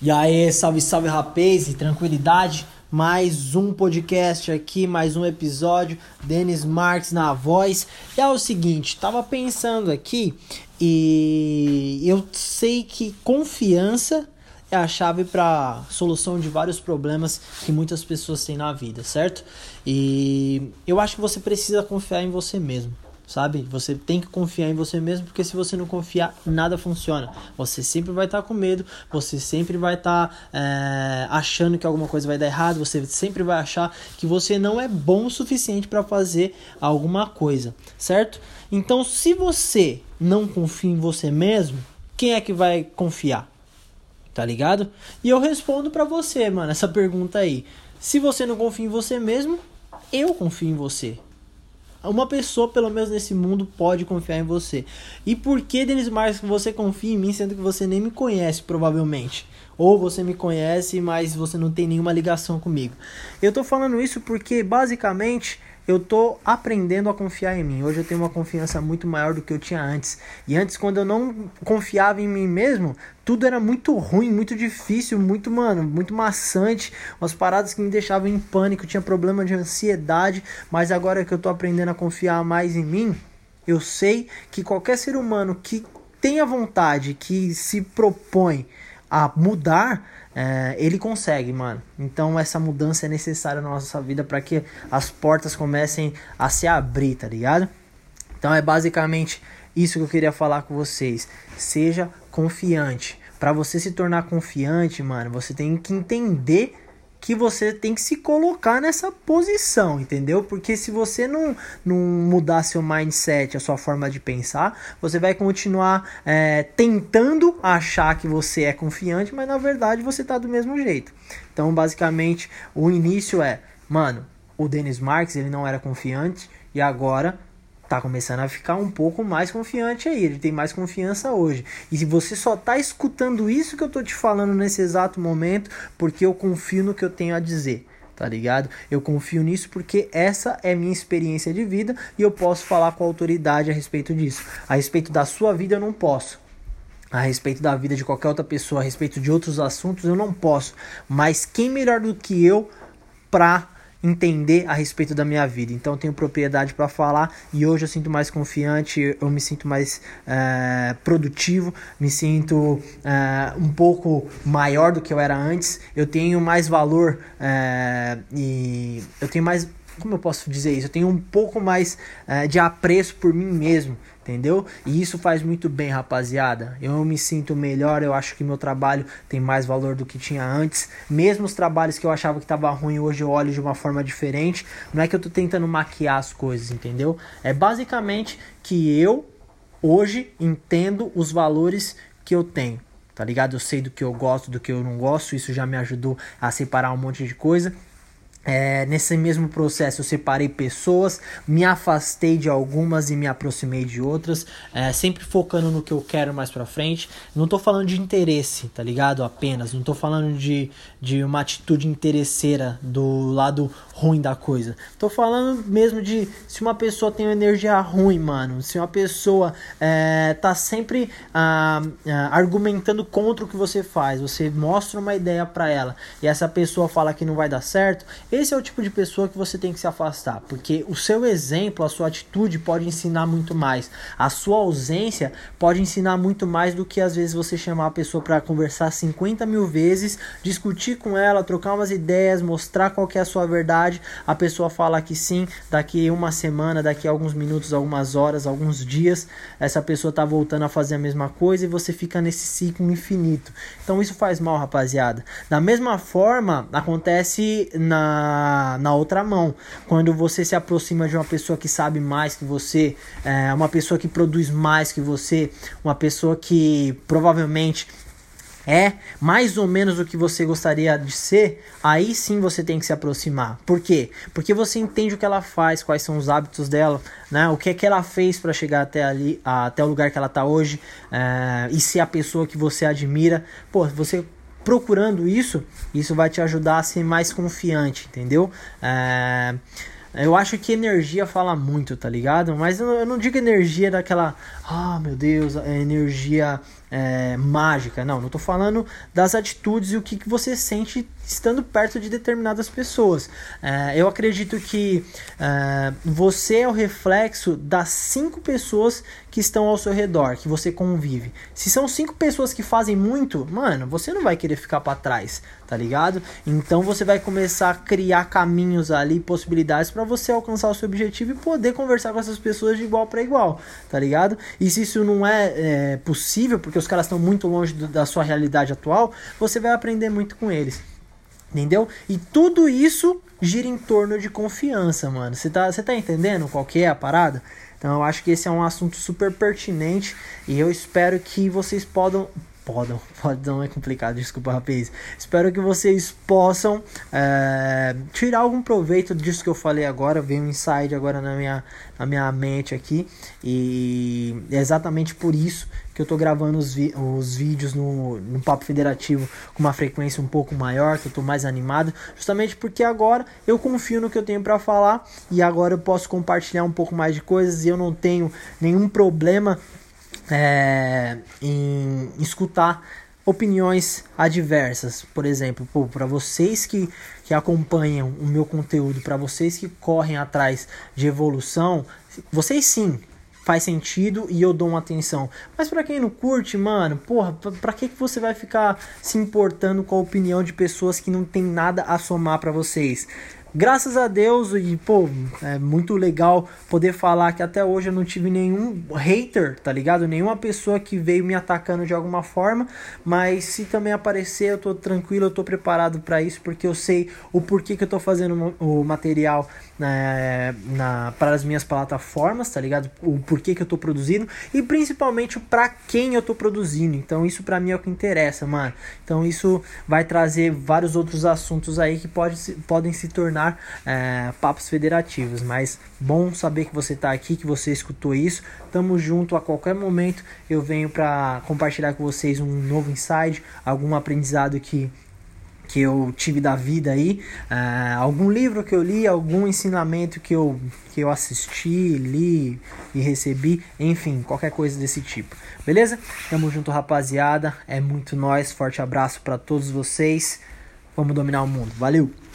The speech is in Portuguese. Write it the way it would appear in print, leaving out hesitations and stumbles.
E aí, salve, salve rapaz, e tranquilidade, mais um podcast aqui, mais um episódio, Denis Marques na voz. E é o seguinte, tava pensando aqui e eu sei que confiança é a chave para solução de vários problemas que muitas pessoas têm na vida, certo? E eu acho que você precisa confiar em você mesmo. Sabe? Você tem que confiar em você mesmo, porque se você não confiar, nada funciona. Você sempre vai estar com medo, você sempre vai estar achando que alguma coisa vai dar errado, você sempre vai achar que você não é bom o suficiente para fazer alguma coisa, certo? Então, se você não confia em você mesmo, quem é que vai confiar? Tá ligado? E eu respondo para você, mano, essa pergunta aí. Se você não confia em você mesmo, eu confio em você. Uma pessoa, pelo menos nesse mundo, pode confiar em você. E por que, Denis Marques, você confia em mim, sendo que você nem me conhece, provavelmente? Ou você me conhece, mas você não tem nenhuma ligação comigo. Eu tô falando isso porque, basicamente, eu tô aprendendo a confiar em mim. Hoje eu tenho uma confiança muito maior do que eu tinha antes. E antes, quando eu não confiava em mim mesmo, tudo era muito ruim, muito difícil, muito maçante. Umas paradas que me deixavam em pânico, tinha problema de ansiedade. Mas agora que eu tô aprendendo a confiar mais em mim, eu sei que qualquer ser humano que tenha vontade, que se propõe a mudar, ele consegue, mano. Então essa mudança é necessária na nossa vida para que as portas comecem a se abrir, tá ligado? Então é basicamente isso que eu queria falar com vocês. Seja confiante. Para você se tornar confiante, mano, você tem que entender que você tem que se colocar nessa posição, entendeu? Porque se você não mudar seu mindset, a sua forma de pensar, você vai continuar tentando achar que você é confiante, mas na verdade você tá do mesmo jeito. Então, basicamente, o início mano, o Denis Marques, ele não era confiante e agora tá começando a ficar um pouco mais confiante aí, ele tem mais confiança hoje. E se você só tá escutando isso que eu tô te falando nesse exato momento, porque eu confio no que eu tenho a dizer, tá ligado? Eu confio nisso porque essa é minha experiência de vida e eu posso falar com autoridade a respeito disso. A respeito da sua vida eu não posso. A respeito da vida de qualquer outra pessoa, a respeito de outros assuntos eu não posso. Mas quem melhor do que eu pra entender a respeito da minha vida? Então eu tenho propriedade para falar e hoje eu sinto mais confiante, eu me sinto mais produtivo, me sinto um pouco maior do que eu era antes, eu tenho mais valor e eu tenho mais, como eu posso dizer isso? Eu tenho um pouco mais de apreço por mim mesmo, entendeu? E isso faz muito bem, rapaziada. Eu me sinto melhor, eu acho que meu trabalho tem mais valor do que tinha antes. Mesmo os trabalhos que eu achava que tava ruim, hoje eu olho de uma forma diferente. Não é que eu tô tentando maquiar as coisas, entendeu? É basicamente que eu hoje entendo os valores que eu tenho, tá ligado? Eu sei do que eu gosto, do que eu não gosto. Isso já me ajudou a separar um monte de coisa. Nesse mesmo processo eu separei pessoas, me afastei de algumas e me aproximei de outras, sempre focando no que eu quero mais pra frente. Não tô falando de interesse, tá ligado? Apenas, não tô falando de uma atitude interesseira do lado ruim da coisa. Tô falando mesmo de se uma pessoa tem uma energia ruim, mano, se uma pessoa tá sempre argumentando contra o que você faz, você mostra uma ideia pra ela e essa pessoa fala que não vai dar certo. Esse é o tipo de pessoa que você tem que se afastar, porque o seu exemplo, a sua atitude pode ensinar muito mais. A sua ausência pode ensinar muito mais do que às vezes você chamar a pessoa para conversar 50 mil vezes, discutir com ela, trocar umas ideias, mostrar qual que é a sua verdade. A pessoa fala que sim, daqui uma semana, daqui a alguns minutos, algumas horas, alguns dias, essa pessoa tá voltando a fazer a mesma coisa e você fica nesse ciclo infinito. Então isso faz mal, rapaziada. Da mesma forma, acontece na outra mão, quando você se aproxima de uma pessoa que sabe mais que você, uma pessoa que produz mais que você, uma pessoa que provavelmente é mais ou menos o que você gostaria de ser, aí sim você tem que se aproximar. Por quê? Porque você entende o que ela faz, quais são os hábitos dela, né? O que é que ela fez para chegar até ali, até o lugar que ela tá hoje, e ser a pessoa que você admira. Pô, você procurando isso vai te ajudar a ser mais confiante, entendeu? Eu acho que energia fala muito, tá ligado? Mas eu não digo energia daquela, meu Deus, energia mágica. Não tô falando das atitudes e o que você sente estando perto de determinadas pessoas. Eu acredito que você é o reflexo das 5 pessoas que estão ao seu redor, que você convive. Se são 5 pessoas que fazem muito, mano, você não vai querer ficar para trás, tá ligado? Então você vai começar a criar caminhos ali, possibilidades para você alcançar o seu objetivo e poder conversar com essas pessoas de igual para igual, tá ligado? E se isso não é possível, porque os caras estão muito longe da sua realidade atual, você vai aprender muito com eles. Entendeu? E tudo isso gira em torno de confiança, mano. Você tá entendendo qual que é a parada? Então eu acho que esse é um assunto super pertinente e eu espero que vocês podam é complicado, desculpa, rapaz. Espero que vocês possam tirar algum proveito disso que eu falei agora. Veio um insight agora na minha mente aqui. E é exatamente por isso que eu tô gravando os vídeos no Papo Federativo com uma frequência um pouco maior, que eu tô mais animado. Justamente porque agora eu confio no que eu tenho para falar. E agora eu posso compartilhar um pouco mais de coisas. E eu não tenho nenhum problema em escutar opiniões adversas. Por exemplo, para vocês que acompanham o meu conteúdo, para vocês que correm atrás de evolução, vocês sim faz sentido e eu dou uma atenção. Mas para quem não curte, mano, pra que você vai ficar se importando com a opinião de pessoas que não tem nada a somar para vocês? Graças a Deus, e é muito legal poder falar que até hoje eu não tive nenhum hater, tá ligado? Nenhuma pessoa que veio me atacando de alguma forma, mas se também aparecer, eu tô tranquilo, eu tô preparado para isso, porque eu sei o porquê que eu tô fazendo o material para as minhas plataformas, tá ligado? O porquê que eu tô produzindo e principalmente para quem eu tô produzindo. Então isso para mim é o que interessa, mano. Então isso vai trazer vários outros assuntos aí que podem se tornar papos federativos, mas bom saber que você tá aqui, que você escutou isso. Tamo junto, a qualquer momento eu venho para compartilhar com vocês um novo insight, algum aprendizado que eu tive da vida aí, algum livro que eu li, algum ensinamento que eu assisti, li e recebi, enfim, qualquer coisa desse tipo, beleza? Tamo junto, rapaziada, é muito nóis, forte abraço para todos vocês, vamos dominar o mundo, valeu!